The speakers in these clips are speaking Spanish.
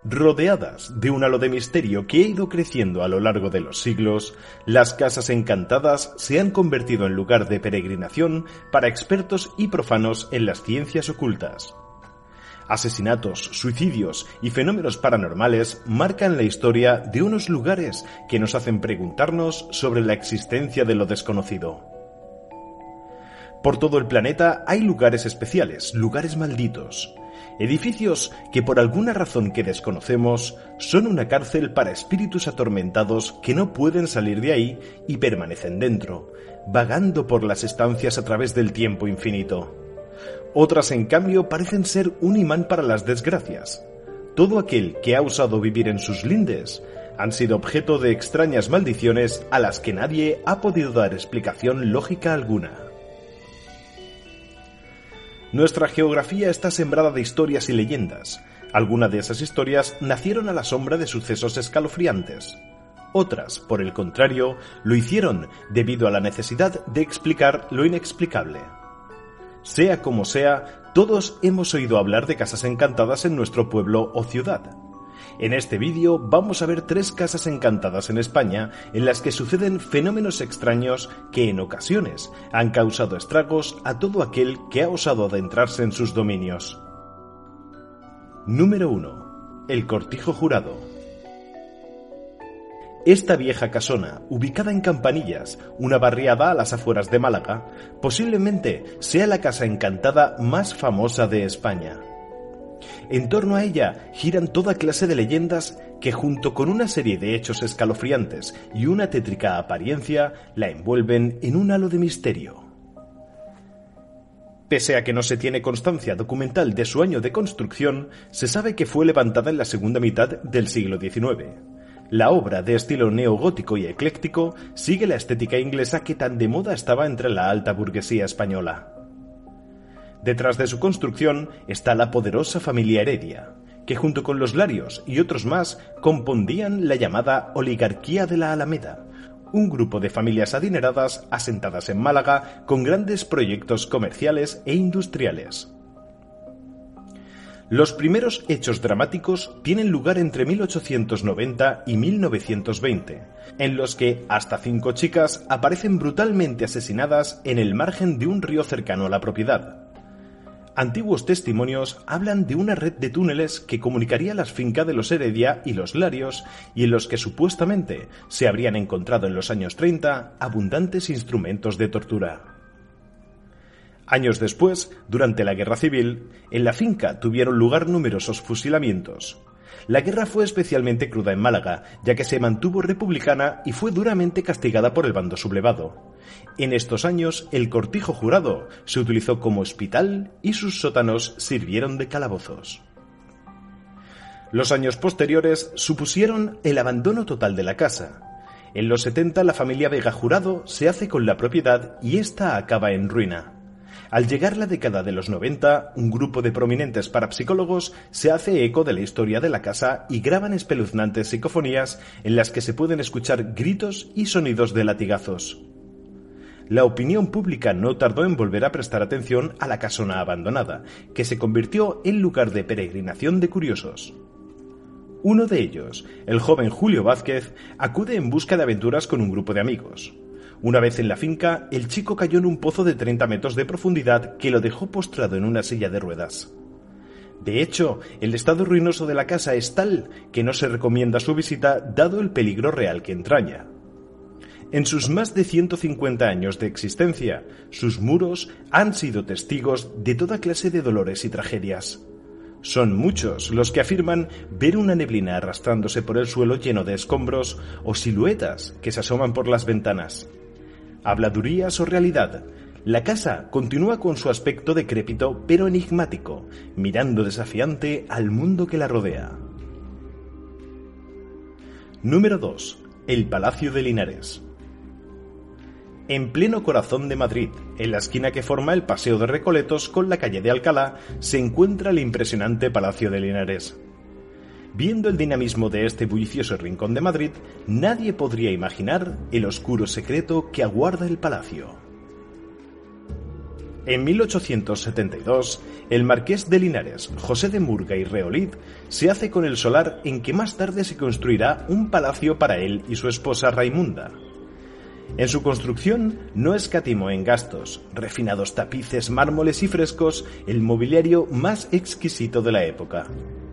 Rodeadas de un halo de misterio que ha ido creciendo a lo largo de los siglos, las casas encantadas se han convertido en lugar de peregrinación para expertos y profanos en las ciencias ocultas. Asesinatos, suicidios y fenómenos paranormales marcan la historia de unos lugares que nos hacen preguntarnos sobre la existencia de lo desconocido. Por todo el planeta hay lugares especiales, lugares malditos. Edificios que por alguna razón que desconocemos son una cárcel para espíritus atormentados que no pueden salir de ahí y permanecen dentro, vagando por las estancias a través del tiempo infinito. Otras, en cambio, parecen ser un imán para las desgracias. Todo aquel que ha osado vivir en sus lindes han sido objeto de extrañas maldiciones a las que nadie ha podido dar explicación lógica alguna. Nuestra geografía está sembrada de historias y leyendas. Algunas de esas historias nacieron a la sombra de sucesos escalofriantes. Otras, por el contrario, lo hicieron debido a la necesidad de explicar lo inexplicable. Sea como sea, todos hemos oído hablar de casas encantadas en nuestro pueblo o ciudad. En este vídeo vamos a ver 3 casas encantadas en España en las que suceden fenómenos extraños que en ocasiones han causado estragos a todo aquel que ha osado adentrarse en sus dominios. Número 1. El Cortijo Jurado. Esta vieja casona, ubicada en Campanillas, una barriada a las afueras de Málaga, posiblemente sea la casa encantada más famosa de España. En torno a ella giran toda clase de leyendas que, junto con una serie de hechos escalofriantes y una tétrica apariencia, la envuelven en un halo de misterio. Pese a que no se tiene constancia documental de su año de construcción, se sabe que fue levantada en la segunda mitad del siglo XIX. La obra, de estilo neogótico y ecléctico, sigue la estética inglesa que tan de moda estaba entre la alta burguesía española. Detrás de su construcción está la poderosa familia Heredia, que junto con los Larios y otros más compondían la llamada Oligarquía de la Alameda, un grupo de familias adineradas asentadas en Málaga con grandes proyectos comerciales e industriales. Los primeros hechos dramáticos tienen lugar entre 1890 y 1920, en los que hasta 5 chicas aparecen brutalmente asesinadas en el margen de un río cercano a la propiedad. Antiguos testimonios hablan de una red de túneles que comunicaría las fincas de los Heredia y los Larios y en los que supuestamente se habrían encontrado en los años 30 abundantes instrumentos de tortura. Años después, durante la Guerra Civil, en la finca tuvieron lugar numerosos fusilamientos. La guerra fue especialmente cruda en Málaga, ya que se mantuvo republicana y fue duramente castigada por el bando sublevado. En estos años, el Cortijo Jurado se utilizó como hospital y sus sótanos sirvieron de calabozos. Los años posteriores supusieron el abandono total de la casa. En los 70 la familia Vega Jurado se hace con la propiedad y ésta acaba en ruina. Al llegar la década de los 90, un grupo de prominentes parapsicólogos se hace eco de la historia de la casa y graban espeluznantes psicofonías en las que se pueden escuchar gritos y sonidos de latigazos. La opinión pública no tardó en volver a prestar atención a la casona abandonada, que se convirtió en lugar de peregrinación de curiosos. Uno de ellos, el joven Julio Vázquez, acude en busca de aventuras con un grupo de amigos. Una vez en la finca, el chico cayó en un pozo de 30 metros de profundidad que lo dejó postrado en una silla de ruedas. De hecho, el estado ruinoso de la casa es tal que no se recomienda su visita dado el peligro real que entraña. En sus más de 150 años de existencia, sus muros han sido testigos de toda clase de dolores y tragedias. Son muchos los que afirman ver una neblina arrastrándose por el suelo lleno de escombros o siluetas que se asoman por las ventanas. Habladurías o realidad, la casa continúa con su aspecto decrépito pero enigmático, mirando desafiante al mundo que la rodea. Número 2. El Palacio de Linares. En pleno corazón de Madrid, en la esquina que forma el Paseo de Recoletos con la calle de Alcalá, se encuentra el impresionante Palacio de Linares. Viendo el dinamismo de este bullicioso rincón de Madrid, nadie podría imaginar el oscuro secreto que aguarda el palacio. En 1872, el marqués de Linares, José de Murga y Reolid, se hace con el solar en que más tarde se construirá un palacio para él y su esposa Raimunda. En su construcción no escatimó en gastos, refinados tapices, mármoles y frescos, el mobiliario más exquisito de la época.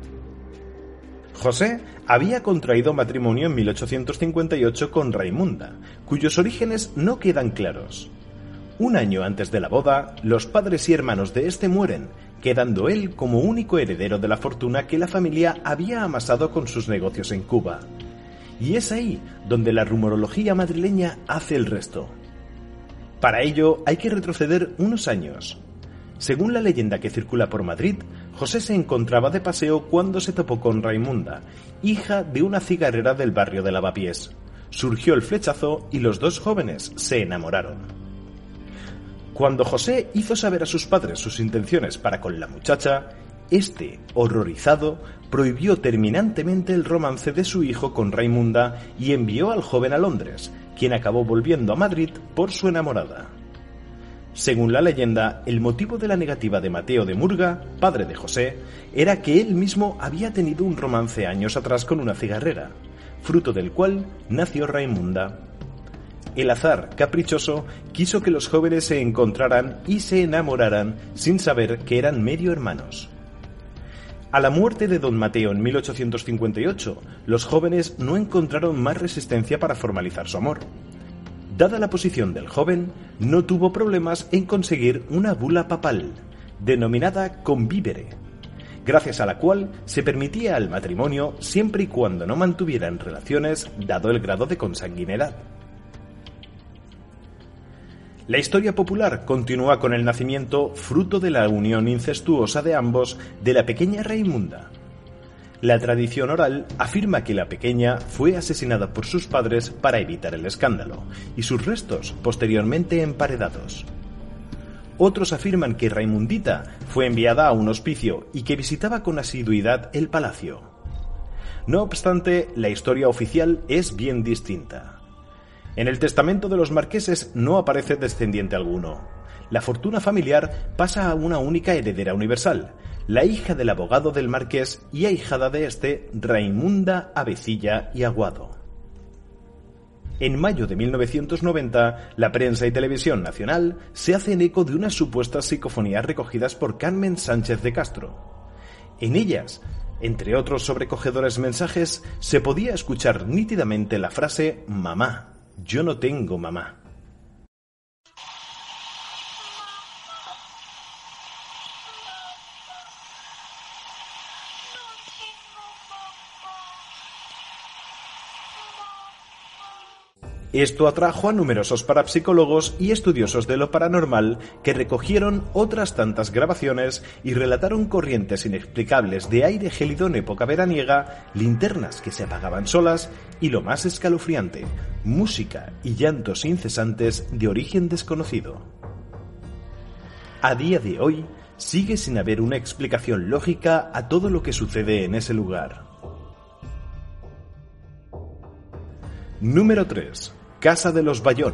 José había contraído matrimonio en 1858 con Raimunda, cuyos orígenes no quedan claros. Un año antes de la boda, los padres y hermanos de este mueren, quedando él como único heredero de la fortuna que la familia había amasado con sus negocios en Cuba. Y es ahí donde la rumorología madrileña hace el resto. Para ello hay que retroceder unos años. Según la leyenda que circula por Madrid, José se encontraba de paseo cuando se topó con Raimunda, hija de una cigarrera del barrio de Lavapiés. Surgió el flechazo y los dos jóvenes se enamoraron. Cuando José hizo saber a sus padres sus intenciones para con la muchacha, este, horrorizado, prohibió terminantemente el romance de su hijo con Raimunda y envió al joven a Londres, quien acabó volviendo a Madrid por su enamorada. Según la leyenda, el motivo de la negativa de Mateo de Murga, padre de José, era que él mismo había tenido un romance años atrás con una cigarrera, fruto del cual nació Raimunda. El azar caprichoso quiso que los jóvenes se encontraran y se enamoraran sin saber que eran medio hermanos. A la muerte de don Mateo en 1858, los jóvenes no encontraron más resistencia para formalizar su amor. Dada la posición del joven, no tuvo problemas en conseguir una bula papal, denominada convivere, gracias a la cual se permitía el matrimonio siempre y cuando no mantuvieran relaciones, dado el grado de consanguinidad. La historia popular continúa con el nacimiento, fruto de la unión incestuosa de ambos, de la pequeña Raimunda. La tradición oral afirma que la pequeña fue asesinada por sus padres para evitar el escándalo, y sus restos posteriormente emparedados. Otros afirman que Raimundita fue enviada a un hospicio y que visitaba con asiduidad el palacio. No obstante, la historia oficial es bien distinta. En el testamento de los marqueses no aparece descendiente alguno. La fortuna familiar pasa a una única heredera universal, la hija del abogado del marqués y ahijada de este, Raimunda Avecilla y Aguado. En mayo de 1990, la prensa y televisión nacional se hacen eco de unas supuestas psicofonías recogidas por Carmen Sánchez de Castro. En ellas, entre otros sobrecogedores mensajes, se podía escuchar nítidamente la frase «Mamá, yo no tengo mamá». Esto atrajo a numerosos parapsicólogos y estudiosos de lo paranormal que recogieron otras tantas grabaciones y relataron corrientes inexplicables de aire gélido en época veraniega, linternas que se apagaban solas y, lo más escalofriante, música y llantos incesantes de origen desconocido. A día de hoy, sigue sin haber una explicación lógica a todo lo que sucede en ese lugar. Número 3. Casa de los Bayón.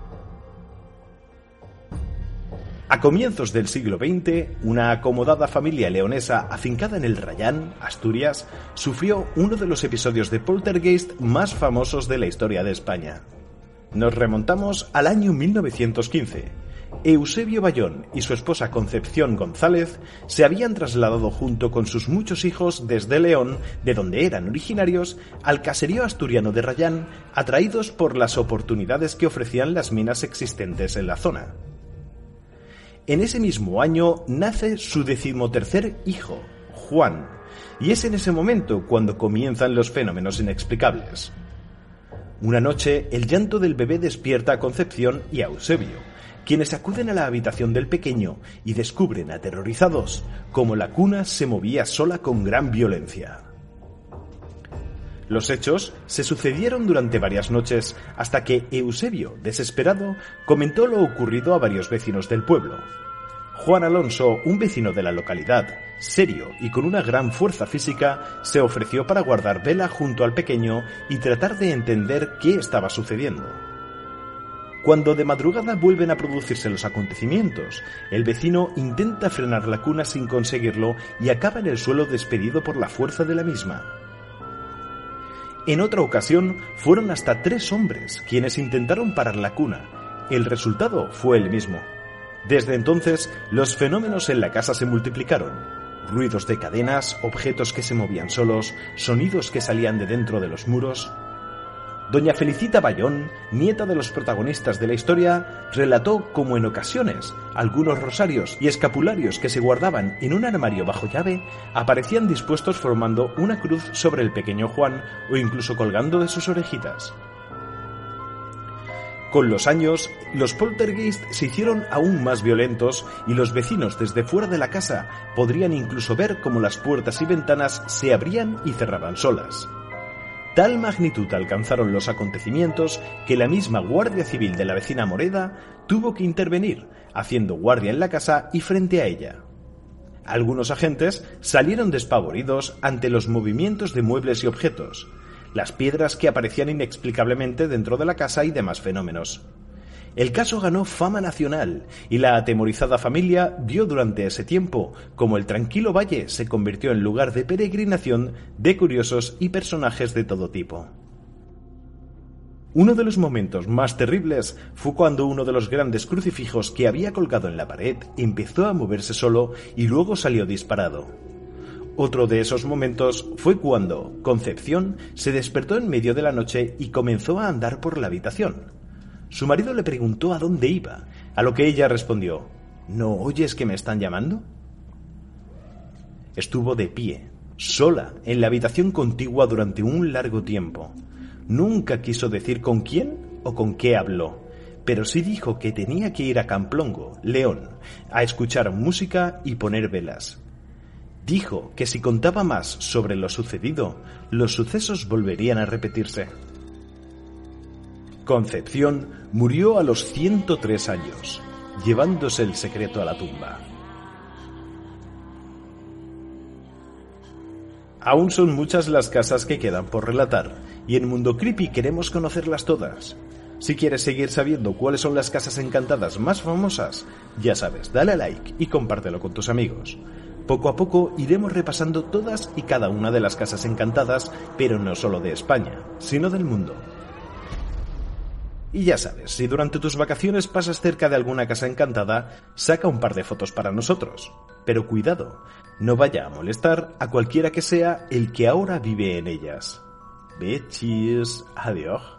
A comienzos del siglo XX, una acomodada familia leonesa afincada en el Rayán, Asturias, sufrió uno de los episodios de poltergeist más famosos de la historia de España. Nos remontamos al año 1915. Eusebio Bayón y su esposa Concepción González se habían trasladado junto con sus muchos hijos desde León, de donde eran originarios, al caserío asturiano de Rayán, atraídos por las oportunidades que ofrecían las minas existentes en la zona. En ese mismo año nace su 13º hijo, Juan, y es en ese momento cuando comienzan los fenómenos inexplicables. Una noche, el llanto del bebé despierta a Concepción y a Eusebio, quienes acuden a la habitación del pequeño y descubren, aterrorizados, cómo la cuna se movía sola con gran violencia. Los hechos se sucedieron durante varias noches hasta que Eusebio, desesperado, comentó lo ocurrido a varios vecinos del pueblo. Juan Alonso, un vecino de la localidad, serio y con una gran fuerza física, se ofreció para guardar vela junto al pequeño y tratar de entender qué estaba sucediendo. Cuando de madrugada vuelven a producirse los acontecimientos, el vecino intenta frenar la cuna sin conseguirlo y acaba en el suelo despedido por la fuerza de la misma. En otra ocasión, fueron hasta 3 hombres quienes intentaron parar la cuna. El resultado fue el mismo. Desde entonces, los fenómenos en la casa se multiplicaron. Ruidos de cadenas, objetos que se movían solos, sonidos que salían de dentro de los muros. Doña Felicita Bayón, nieta de los protagonistas de la historia, relató cómo en ocasiones algunos rosarios y escapularios que se guardaban en un armario bajo llave aparecían dispuestos formando una cruz sobre el pequeño Juan o incluso colgando de sus orejitas. Con los años, los poltergeist se hicieron aún más violentos y los vecinos desde fuera de la casa podrían incluso ver cómo las puertas y ventanas se abrían y cerraban solas. Tal magnitud alcanzaron los acontecimientos que la misma Guardia Civil de la vecina Moreda tuvo que intervenir, haciendo guardia en la casa y frente a ella. Algunos agentes salieron despavoridos ante los movimientos de muebles y objetos, las piedras que aparecían inexplicablemente dentro de la casa y demás fenómenos. El caso ganó fama nacional y la atemorizada familia vio durante ese tiempo cómo el tranquilo valle se convirtió en lugar de peregrinación de curiosos y personajes de todo tipo. Uno de los momentos más terribles fue cuando uno de los grandes crucifijos que había colgado en la pared empezó a moverse solo y luego salió disparado. Otro de esos momentos fue cuando Concepción se despertó en medio de la noche y comenzó a andar por la habitación. Su marido le preguntó a dónde iba, a lo que ella respondió: ¿No oyes que me están llamando? Estuvo de pie, sola, en la habitación contigua durante un largo tiempo. Nunca quiso decir con quién o con qué habló, pero sí dijo que tenía que ir a Camplongo, León, a escuchar música y poner velas. Dijo que si contaba más sobre lo sucedido, los sucesos volverían a repetirse. Concepción murió a los 103 años, llevándose el secreto a la tumba. Aún son muchas las casas que quedan por relatar, y en Mundo Creepy queremos conocerlas todas. Si quieres seguir sabiendo cuáles son las casas encantadas más famosas, ya sabes, dale a like y compártelo con tus amigos. Poco a poco iremos repasando todas y cada una de las casas encantadas, pero no solo de España, sino del mundo. Y ya sabes, si durante tus vacaciones pasas cerca de alguna casa encantada, saca un par de fotos para nosotros. Pero cuidado, no vaya a molestar a cualquiera que sea el que ahora vive en ellas. Besos, adiós.